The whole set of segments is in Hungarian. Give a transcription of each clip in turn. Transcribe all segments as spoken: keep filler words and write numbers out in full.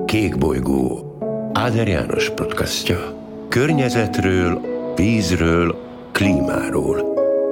Kékbolygó, Áder János podcastja. Környezetről, vízről, klímáról.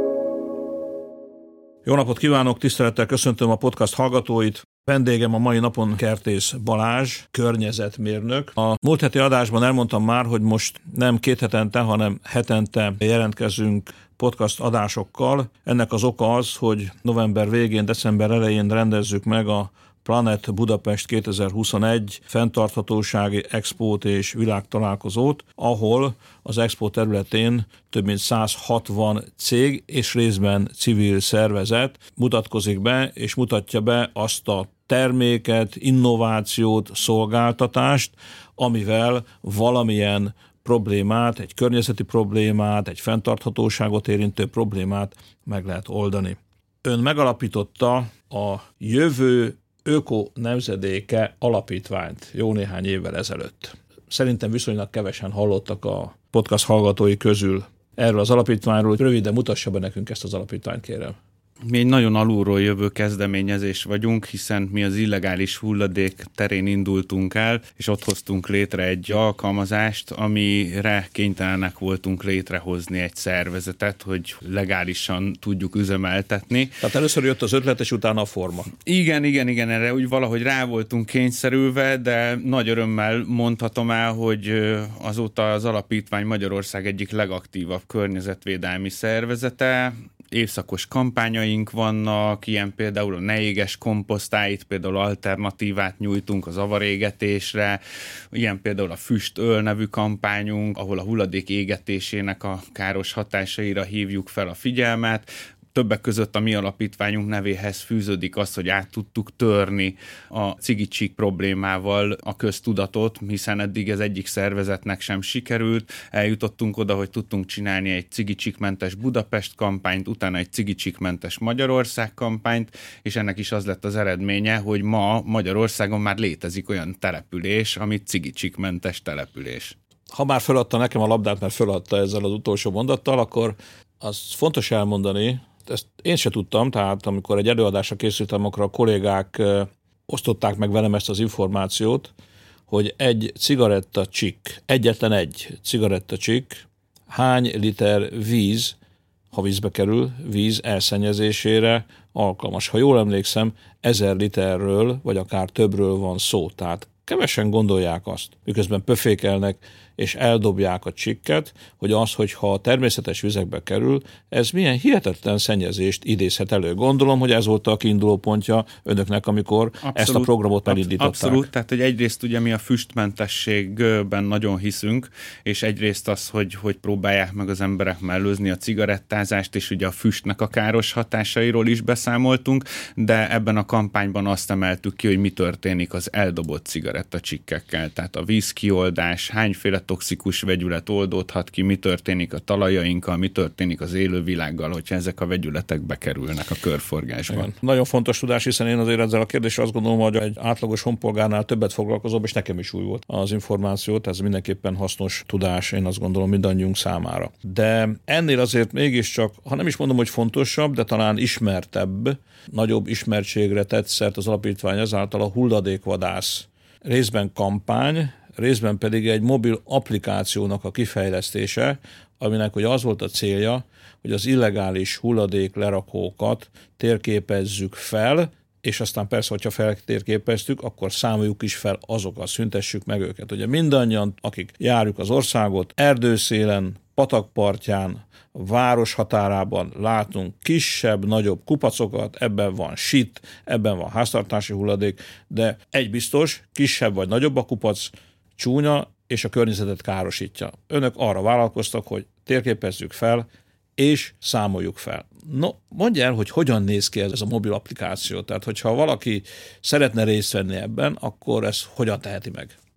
Jó napot kívánok, tisztelettel köszöntöm a podcast hallgatóit. Vendégem a mai napon Kertész Balázs, környezetmérnök. A múlt heti adásban elmondtam már, hogy most nem két hetente, hanem hetente jelentkezünk podcast adásokkal. Ennek az oka az, hogy november végén, december elején rendezzük meg a Planet Budapest kétezer-huszonegy fenntarthatósági expót és világtalálkozót, ahol az expó területén több mint száz hatvan cég és részben civil szervezet mutatkozik be, és mutatja be azt a terméket, innovációt, szolgáltatást, amivel valamilyen problémát, egy környezeti problémát, egy fenntarthatóságot érintő problémát meg lehet oldani. Ön megalapította a Jövő Öko-nemzedéke alapítványt jó néhány évvel ezelőtt. Szerintem viszonylag kevesen hallottak a podcast hallgatói közül erről az alapítványról. Röviden mutassa be nekünk ezt az alapítványt, kérem. Mi egy nagyon alulról jövő kezdeményezés vagyunk, hiszen mi az illegális hulladék terén indultunk el, és ott hoztunk létre egy alkalmazást, amire kénytelenek voltunk létrehozni egy szervezetet, hogy legálisan tudjuk üzemeltetni. Tehát először jött az ötlet, és utána a forma. Igen, igen, igen, erre úgy valahogy rá voltunk kényszerülve, de nagy örömmel mondhatom el, hogy azóta az alapítvány Magyarország egyik legaktívabb környezetvédelmi szervezete. Évszakos kampányaink vannak, ilyen például a Ne éges komposztáit, például alternatívát nyújtunk az avarégetésre, ilyen például a Füstöl nevű kampányunk, ahol a hulladék égetésének a káros hatásaira hívjuk fel a figyelmet. Többek között a mi alapítványunk nevéhez fűződik az, hogy át tudtuk törni a cigicsik problémával a köztudatot, hiszen eddig ez egyik szervezetnek sem sikerült. Eljutottunk oda, hogy tudtunk csinálni egy cigicsikmentes Budapest kampányt, utána egy cigicsikmentes Magyarország kampányt, és ennek is az lett az eredménye, hogy ma Magyarországon már létezik olyan település, ami cigicsikmentes település. Ha már feladta nekem a labdát, mert feladta ezzel az utolsó mondattal, akkor az fontos elmondani, ezt én se tudtam, tehát amikor egy előadásra készültem, akkor a kollégák osztották meg velem ezt az információt, hogy egy cigarettacsik, egyetlen egy cigarettacsik hány liter víz, ha vízbe kerül, víz elszennyezésére alkalmas. Ha jól emlékszem, ezer literről, vagy akár többről van szó, tehát kevesen gondolják azt, miközben pöfékelnek és eldobják a csikket, hogy az, hogyha a természetes vizekbe kerül, ez milyen hihetetlen szennyezést idézhet elő. Gondolom, hogy ez volt a kiinduló pontja önöknek, amikor abszolút, ezt a programot elindították. Abszolút, tehát hogy egyrészt ugye mi a füstmentességben nagyon hiszünk, és egyrészt az, hogy, hogy próbálják meg az emberek mellőzni a cigarettázást, és ugye a füstnek a káros hatásairól is beszámoltunk, de ebben a kampányban azt emeltük ki, hogy mi történik az eldobott cigarettacsikkekkel, tehát a vízkioldás, hányféle toxikus vegyület oldódhat ki, mi történik a talajainkkal, mi történik az élővilággal, hogyha ezek a vegyületek bekerülnek a körforgásba. Igen. Nagyon fontos tudás, hiszen én azért ezzel a kérdéssel azt gondolom, hogy egy átlagos honpolgárnál többet foglalkozom, és nekem is új volt az információ, ez mindenképpen hasznos tudás, én azt gondolom mindannyiunk számára. De ennél azért mégiscsak, ha nem is mondom, hogy fontosabb, de talán ismertebb, nagyobb ismertségre tett szert az alapítvány ezáltal a hulladékvadász részben kampány, részben pedig egy mobil applikációnak a kifejlesztése, aminek ugye az volt a célja, hogy az illegális hulladék lerakókat térképezzük fel, és aztán persze, hogyha feltérképeztük, akkor számoljuk is fel azokat, szüntessük meg őket. Ugye mindannyian, akik járjuk az országot, erdőszélen, patakpartján, város határában látunk kisebb, nagyobb kupacokat, ebben van sit, ebben van háztartási hulladék, de egy biztos, kisebb vagy nagyobb a kupac, csúnya, és a környezetet károsítja. Önök arra vállalkoztak, hogy térképezzük fel, és számoljuk fel. No, mondja el, hogy hogyan néz ki ez a mobil applikáció. Tehát, hogyha valaki szeretne részt venni ebben, akkor ezt hogyan teheti meg?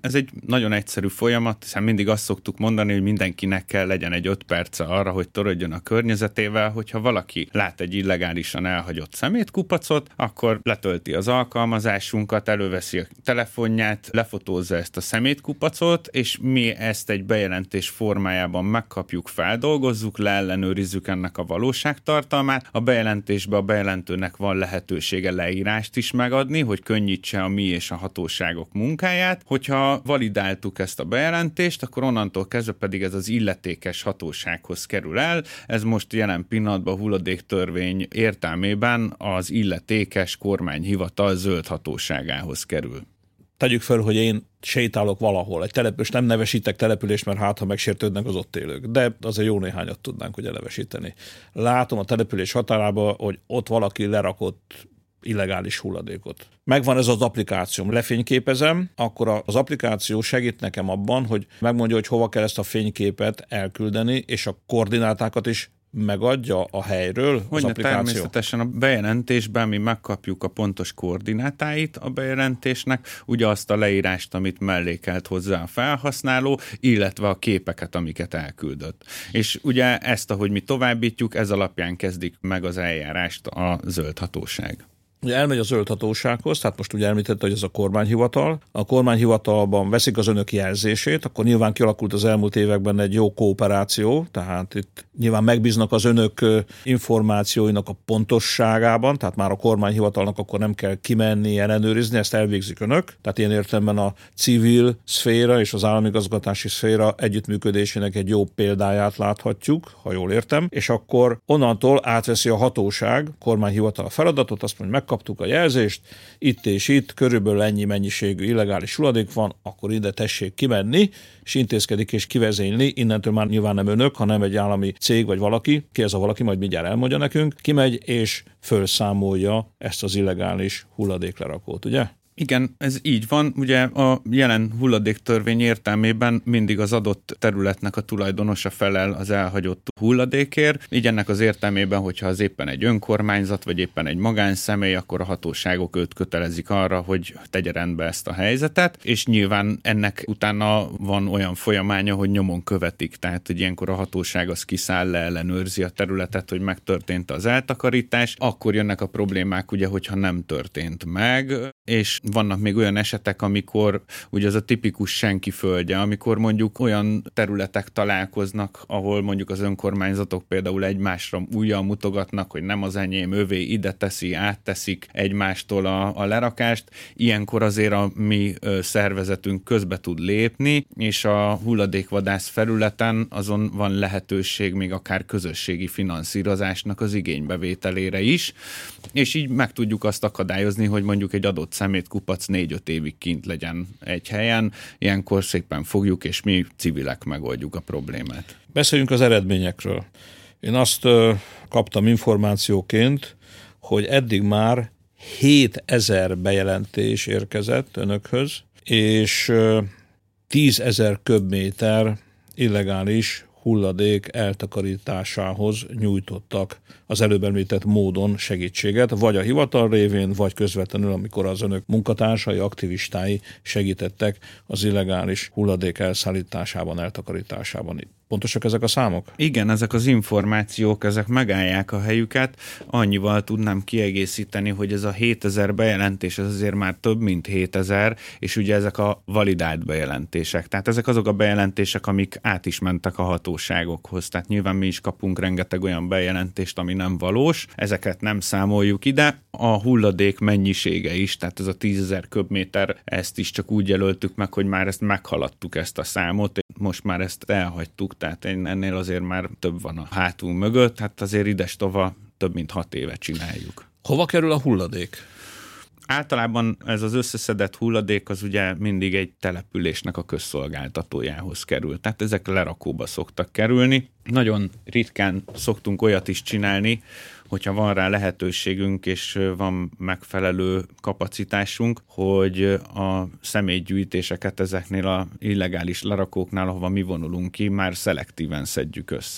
Ez egy nagyon egyszerű folyamat, hiszen mindig azt szoktuk mondani, hogy mindenkinek kell legyen egy öt perce arra, hogy törődjön a környezetével, hogyha valaki lát egy illegálisan elhagyott szemétkupacot, akkor letölti az alkalmazásunkat, előveszi a telefonját, lefotózza ezt a szemétkupacot, és mi ezt egy bejelentés formájában megkapjuk, feldolgozzuk, leellenőrizzük ennek a valóságtartalmát. A bejelentésbe a bejelentőnek van lehetősége leírást is megadni, hogy könnyítse a mi és a hatóságok munkáját. Hogyha validáltuk ezt a bejelentést, akkor onnantól kezdve pedig ez az illetékes hatósághoz kerül el. Ez most jelen pillanatban a hulladéktörvény értelmében az illetékes kormányhivatal zöld hatóságához kerül. Tegyük fel, hogy én sétálok valahol, egy település, nem nevesítek települést, mert hát, ha megsértődnek az ott élők, de azért jó néhányat tudnánk ugye nevesíteni. Látom a település határában, hogy ott valaki lerakott illegális hulladékot. Megvan ez az applikációm, lefényképezem, akkor az applikáció segít nekem abban, hogy megmondja, hogy hova kell ezt a fényképet elküldeni, és a koordinátákat is megadja a helyről az Hogyne, applikáció? Természetesen a bejelentésben mi megkapjuk a pontos koordinátáit a bejelentésnek, ugye azt a leírást, amit mellékelt hozzá a felhasználó, illetve a képeket, amiket elküldött. És ugye ezt, ahogy mi továbbítjuk, ez alapján kezdik meg az eljárást a zöld hatóság. Ugye elmegy a zöld hatósághoz, tehát most ugye említette, hogy ez a kormányhivatal. A kormányhivatalban veszik az önök jelzését, akkor nyilván kialakult az elmúlt években egy jó kooperáció, tehát itt nyilván megbíznak az önök információinak a pontosságában, tehát már a kormányhivatalnak akkor nem kell kimenni, ellenőrizni, ezt elvégzik önök. Tehát ilyen értelemben a civil szféra és az államigazgatási szféra együttműködésének egy jó példáját láthatjuk, ha jól értem, és akkor onnantól átveszi a hatóság, kormányhivatal a feladatot, azt mondja, megkaptuk a jelzést, itt és itt körülbelül ennyi mennyiségű illegális hulladék van, akkor ide tessék kimenni, és intézkedik és kivezényli, innentől már nyilván nem önök, hanem egy állami cég vagy valaki, ki ez a valaki, majd mindjárt elmondja nekünk, kimegy és felszámolja ezt az illegális hulladéklerakót, ugye? Igen, ez így van. Ugye a jelen hulladéktörvény értelmében mindig az adott területnek a tulajdonosa felel az elhagyott hulladékért. Így ennek az értelmében, hogyha az éppen egy önkormányzat, vagy éppen egy magánszemély, akkor a hatóságok őt kötelezik arra, hogy tegye rendbe ezt a helyzetet, és nyilván ennek utána van olyan folyamánya, hogy nyomon követik. Tehát, hogy ilyenkor a hatóság az kiszáll le, ellenőrzi a területet, hogy megtörtént az eltakarítás, akkor jönnek a problémák, ugye, hogyha nem történt meg, és vannak még olyan esetek, amikor ugye az a tipikus senki földje, amikor mondjuk olyan területek találkoznak, ahol mondjuk az önkormányzatok például egymásra újjal mutogatnak, hogy nem az enyém, övé, ide teszi, átteszik egymástól a, a lerakást. Ilyenkor azért a mi szervezetünk közbe tud lépni, és a hulladékvadász felületen azon van lehetőség még akár közösségi finanszírozásnak az igénybevételére is, és így meg tudjuk azt akadályozni, hogy mondjuk egy adott szemétkupac négy-öt évig kint legyen egy helyen, ilyenkor szépen fogjuk, és mi civilek megoldjuk a problémát. Beszéljünk az eredményekről. Én azt uh, kaptam információként, hogy eddig már hétezer bejelentés érkezett önökhöz, és uh, tízezer köbméter illegális hulladék eltakarításához nyújtottak az előbb említett módon segítséget, vagy a hivatal révén, vagy közvetlenül, amikor az önök munkatársai, aktivistái segítettek az illegális hulladék elszállításában, eltakarításában. Pontosak ezek a számok? Igen, ezek az információk, ezek megállják a helyüket. Annyival tudnám kiegészíteni, hogy ez a hétezer bejelentés, ez azért már több, mint hétezer, és ugye ezek a validált bejelentések. Tehát ezek azok a bejelentések, amik át is mentek a hatóságokhoz. Tehát nyilván mi is kapunk rengeteg olyan bejelentést, ami nem valós. Ezeket nem számoljuk ide. A hulladék mennyisége is, tehát ez a tízezer köbméter, ezt is csak úgy jelöltük meg, hogy már ezt meghaladtuk, ezt a számot. Most már ezt elhagytuk, tehát ennél azért már több van a hátunk mögött, hát azért idestova több mint hat éve csináljuk. Hova kerül a hulladék? Általában ez az összeszedett hulladék az ugye mindig egy településnek a közszolgáltatójához kerül. Tehát ezek lerakóba szoktak kerülni. Nagyon ritkán szoktunk olyat is csinálni, hogyha van rá lehetőségünk és van megfelelő kapacitásunk, hogy a személygyűjtéseket ezeknél a illegális lerakóknál, ahova mi vonulunk ki, már szelektíven szedjük össze.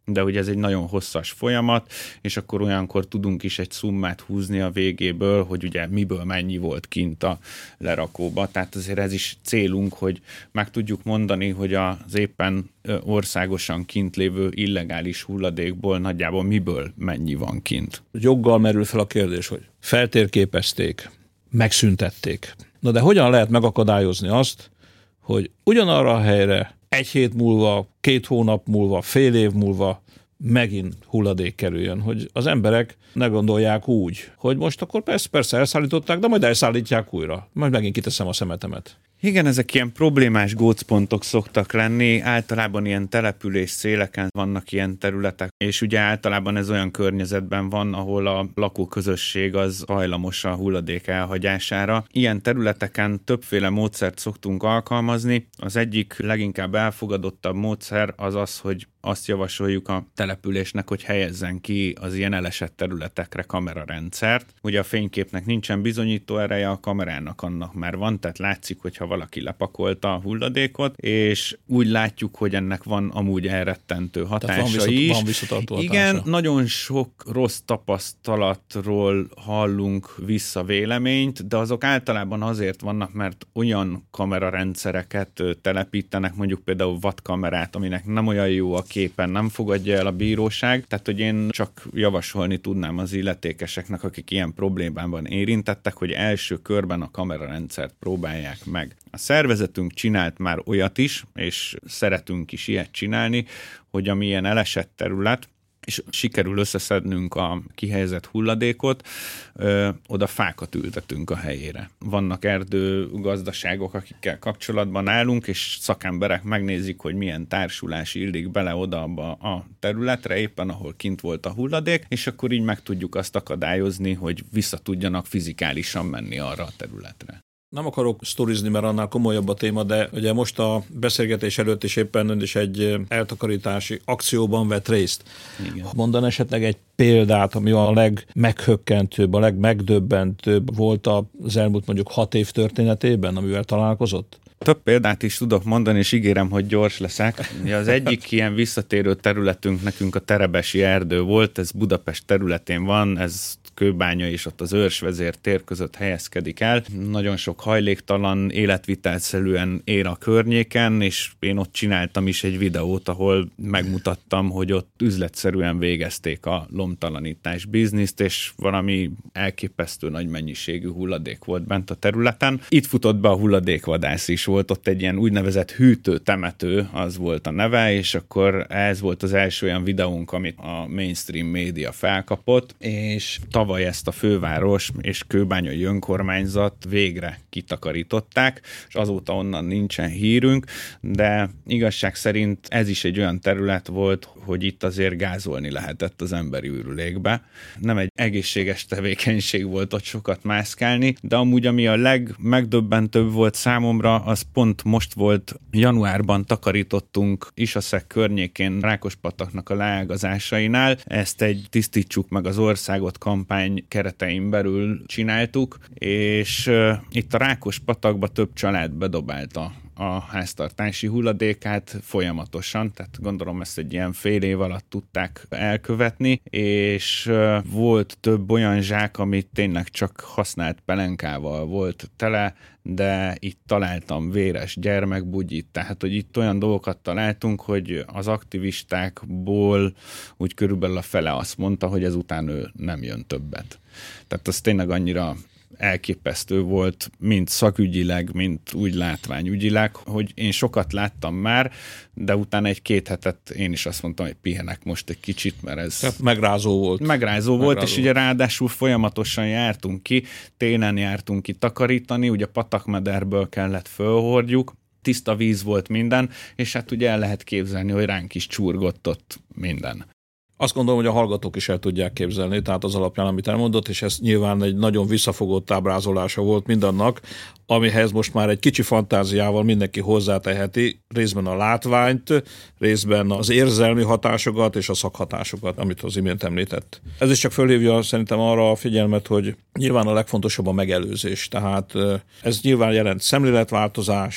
de hogy ez egy nagyon hosszas folyamat, és akkor olyankor tudunk is egy szummát húzni a végéből, hogy ugye miből mennyi volt kint a lerakóba. Tehát azért ez is célunk, hogy meg tudjuk mondani, hogy az éppen országosan kint lévő illegális hulladékból nagyjából miből mennyi van kint. Joggal merül fel a kérdés, hogy feltérképezték, megszüntették. Na de hogyan lehet megakadályozni azt, hogy ugyanarra a helyre egy hét múlva, két hónap múlva, fél év múlva megint hulladék kerüljön, hogy az emberek ne gondolják úgy, hogy most akkor persze, persze elszállították, de majd elszállítják újra. Majd megint kiteszem a szemetemet. Igen, ezek ilyen problémás gócpontok szoktak lenni, általában ilyen település széleken vannak ilyen területek, és ugye általában ez olyan környezetben van, ahol a lakóközösség az hajlamos a hulladék elhagyására. Ilyen területeken többféle módszert szoktunk alkalmazni. Az egyik leginkább elfogadottabb módszer az az, hogy azt javasoljuk a településnek, hogy helyezzen ki az ilyen elesett területekre kamerarendszert. Ugye a fényképnek nincsen bizonyító ereje, a kamerának annak már van, tehát látszik, hogyha valaki lepakolta a hulladékot, és úgy látjuk, hogy ennek van amúgy elrettentő hatása van viszont, is. Van visszatartó hatása. Igen, nagyon sok rossz tapasztalatról hallunk vissza véleményt, de azok általában azért vannak, mert olyan kamerarendszereket telepítenek, mondjuk például wattkamerát, aminek nem olyan jó a képen, nem fogadja el a bíróság, tehát hogy én csak javasolni tudnám az illetékeseknek, akik ilyen problémában érintettek, hogy első körben a kamerarendszert próbálják meg. A szervezetünk csinált már olyat is, és szeretünk is ilyet csinálni, hogy amilyen elesett terület, és sikerül összeszednünk a kihelyezett hulladékot, ö, oda fákat ültetünk a helyére. Vannak erdőgazdaságok, akikkel kapcsolatban állunk, és szakemberek megnézik, hogy milyen társulás illik bele oda abba a területre, éppen ahol kint volt a hulladék, és akkor így meg tudjuk azt akadályozni, hogy vissza tudjanak fizikálisan menni arra a területre. Nem akarok sztorizni, mert annál komolyabb a téma, de ugye most a beszélgetés előtt is éppen ön is egy eltakarítási akcióban vett részt. Igen. Mondan esetleg egy példát, ami a legmeghökkentőbb, a legmegdöbbentőbb volt az elmúlt mondjuk hat év történetében, amivel találkozott? Több példát is tudok mondani, és ígérem, hogy gyors leszek. Az egyik ilyen visszatérő területünk nekünk a Terebesi erdő volt, ez Budapest területén van, ez Kőbánya és ott az Őrsvezér tér között helyezkedik el. Nagyon sok hajléktalan életvitelszerűen él a környéken, és én ott csináltam is egy videót, ahol megmutattam, hogy ott üzletszerűen végezték a lomtalanítás bizniszt, és valami elképesztő nagy mennyiségű hulladék volt bent a területen. Itt futott be a hulladékvadász is, volt ott egy ilyen úgynevezett hűtő-temető, az volt a neve, és akkor ez volt az első olyan videónk, amit a mainstream média felkapott, és tavaly ezt a főváros és kőbányai önkormányzat végre kitakarították, és azóta onnan nincsen hírünk, de igazság szerint ez is egy olyan terület volt, hogy itt azért gázolni lehetett az emberi űrülékbe. Nem egy egészséges tevékenység volt ott sokat mászkálni, de amúgy ami a legmegdöbbentőbb volt számomra, az pont most volt, januárban takarítottunk Isaszeg környékén Rákospataknak a leágazásainál. Ezt egy Tisztítsuk meg az országot kampány keretein belül csináltuk, és uh, itt a Rákospatakba több család bedobálta a háztartási hulladékát folyamatosan, tehát gondolom ezt egy ilyen fél év alatt tudták elkövetni, és uh, volt több olyan zsák, amit tényleg csak használt pelenkával volt tele, de itt találtam véres gyermekbugyit, tehát hogy itt olyan dolgokat találtunk, hogy az aktivistákból úgy körülbelül a fele azt mondta, hogy ezután ő nem jön többet. Tehát az tényleg annyira elképesztő volt, mint szakügyileg, mint úgy látványügyileg, hogy én sokat láttam már, de utána egy-két hetet én is azt mondtam, hogy pihenek most egy kicsit, mert ez... Tehát megrázó volt. Megrázó, megrázó volt, és ugye ráadásul folyamatosan jártunk ki, télen jártunk ki takarítani, ugye patakmederből kellett fölhordjuk, tiszta víz volt minden, és hát ugye el lehet képzelni, hogy ránk is csurgott ott minden. Azt gondolom, hogy a hallgatók is el tudják képzelni, tehát az alapján, amit elmondott, és ez nyilván egy nagyon visszafogott ábrázolása volt mindannak, amihez most már egy kicsi fantáziával mindenki hozzáteheti, részben a látványt, részben az érzelmi hatásokat és a szakhatásokat, amit az imént említett. Ez is csak fölhívja szerintem arra a figyelmet, hogy nyilván a legfontosabb a megelőzés, tehát ez nyilván jelent szemléletváltozást,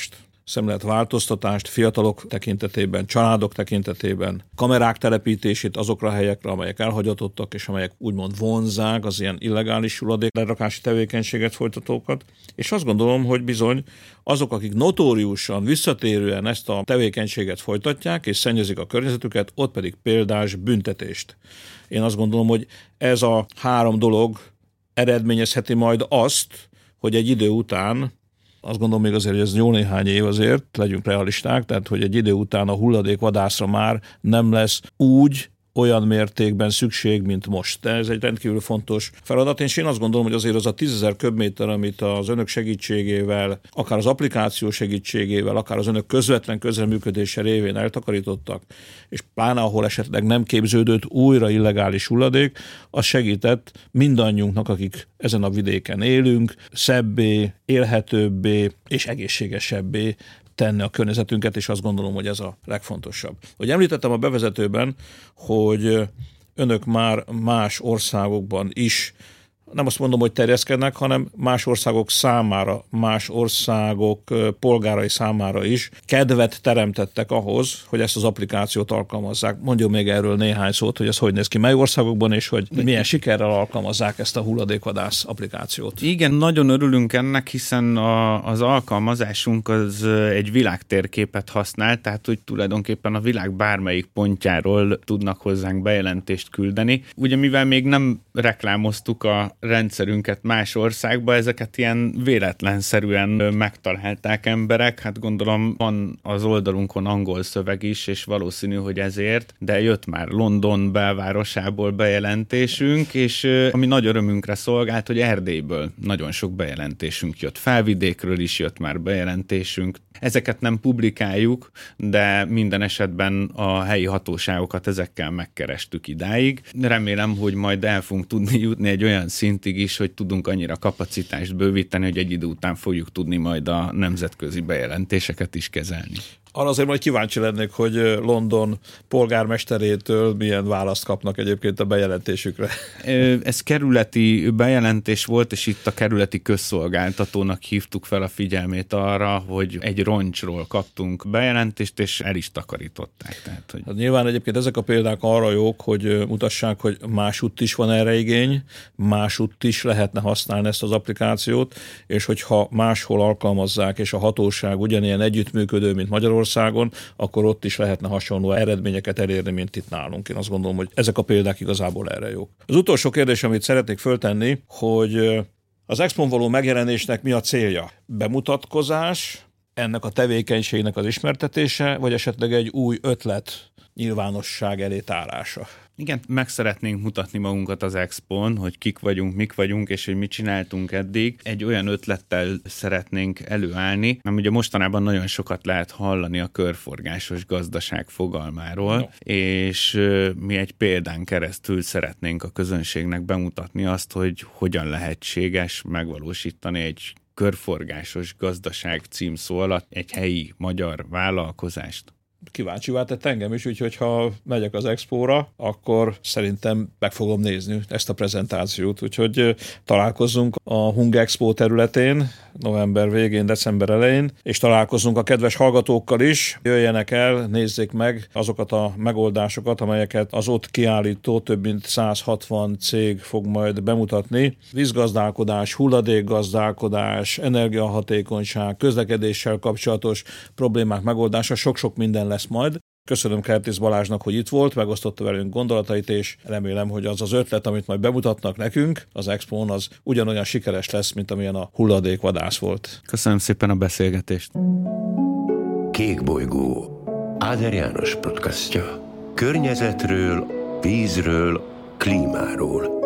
szemléletváltoztatást fiatalok tekintetében, családok tekintetében, kamerák telepítését azokra a helyekre, amelyek elhagyatottak, és amelyek úgymond vonzzák az ilyen illegális hulladéklerakási tevékenységet folytatókat. És azt gondolom, hogy bizony azok, akik notóriusan, visszatérően ezt a tevékenységet folytatják, és szennyezik a környezetüket, ott pedig példás büntetést. Én azt gondolom, hogy ez a három dolog eredményezheti majd azt, hogy egy idő után, azt gondolom még azért, hogy ez jó néhány év azért, legyünk realisták, tehát hogy egy idő után a hulladékvadászra már nem lesz úgy, olyan mértékben szükség, mint most. De ez egy rendkívül fontos feladat. És én azt gondolom, hogy azért az a tízezer köbméter, amit az önök segítségével, akár az applikáció segítségével, akár az önök közvetlen közreműködése révén eltakarítottak, és pláne ahol esetleg nem képződött újra illegális hulladék, az segített mindannyiunknak, akik ezen a vidéken élünk, szebbé, élhetőbbé és egészségesebbé tenni a környezetünket, és azt gondolom, hogy ez a legfontosabb. Hogy említettem a bevezetőben, hogy önök már más országokban is, nem azt mondom, hogy terjeszkednek, hanem más országok számára, más országok polgárai számára is kedvet teremtettek ahhoz, hogy ezt az applikációt alkalmazzák. Mondjon még erről néhány szót, hogy ez hogy néz ki, mely országokban, és hogy milyen sikerrel alkalmazzák ezt a hulladékvadász applikációt. Igen, nagyon örülünk ennek, hiszen a, az alkalmazásunk az egy világtérképet használ, tehát hogy tulajdonképpen a világ bármelyik pontjáról tudnak hozzánk bejelentést küldeni. Ugye mivel még nem reklámoztuk a rendszerünket más országba, ezeket ilyen véletlenszerűen megtalálták emberek, hát gondolom van az oldalunkon angol szöveg is, és valószínű, hogy ezért, de jött már London belvárosából bejelentésünk, és ami nagy örömünkre szolgált, hogy Erdélyből nagyon sok bejelentésünk jött, Felvidékről is jött már bejelentésünk. Ezeket nem publikáljuk, de minden esetben a helyi hatóságokat ezekkel megkerestük idáig. Remélem, hogy majd el fogunk tudni jutni egy olyan szintig is, hogy tudunk annyira kapacitást bővíteni, hogy egy idő után fogjuk tudni majd a nemzetközi bejelentéseket is kezelni. Arra azért majd kíváncsi lennék, hogy London polgármesterétől milyen választ kapnak egyébként a bejelentésükre. Ez kerületi bejelentés volt, és itt a kerületi közszolgáltatónak hívtuk fel a figyelmét arra, hogy egy roncsról kaptunk bejelentést, és el is takarították. Tehát, hogy... hát nyilván egyébként ezek a példák arra jók, hogy mutassák, hogy másútt is van erre igény, másútt is lehetne használni ezt az applikációt, és hogyha máshol alkalmazzák, és a hatóság ugyanilyen együttműködő, mint Magyarországon, Országon, akkor ott is lehetne hasonló eredményeket elérni, mint itt nálunk. Én azt gondolom, hogy ezek a példák igazából erre jók. Az utolsó kérdés, amit szeretnék föltenni, hogy az expón való megjelenésnek mi a célja? Bemutatkozás, ennek a tevékenységnek az ismertetése, vagy esetleg egy új ötlet nyilvánosság elé tárása? Igen, meg szeretnénk mutatni magunkat az expón, hogy kik vagyunk, mik vagyunk, és hogy mit csináltunk eddig. Egy olyan ötlettel szeretnénk előállni, mert ugye mostanában nagyon sokat lehet hallani a körforgásos gazdaság fogalmáról, no. és mi egy példán keresztül szeretnénk a közönségnek bemutatni azt, hogy hogyan lehetséges megvalósítani egy körforgásos gazdaság címszó alatt egy helyi magyar vállalkozást. Kíváncsivá tett engem is, úgyhogy ha megyek az expóra, akkor szerintem meg fogom nézni ezt a prezentációt. Úgyhogy találkozzunk a Hung Expo területén, november végén, december elején, és találkozzunk a kedves hallgatókkal is. Jöjjenek el, nézzék meg azokat a megoldásokat, amelyeket az ott kiállító több mint száz hatvan cég fog majd bemutatni. Vízgazdálkodás, hulladékgazdálkodás, energiahatékonyság, közlekedéssel kapcsolatos problémák megoldása, sok-sok minden lesz majd. Köszönöm Kertész Balázsnak, hogy itt volt, megosztotta velünk gondolatait, és remélem, hogy az az ötlet, amit majd bemutatnak nekünk, az expón, az ugyanolyan sikeres lesz, mint amilyen a hulladékvadász volt. Köszönöm szépen a beszélgetést. Kékbolygó, Áder János podcastja. Környezetről, vízről, klímáról.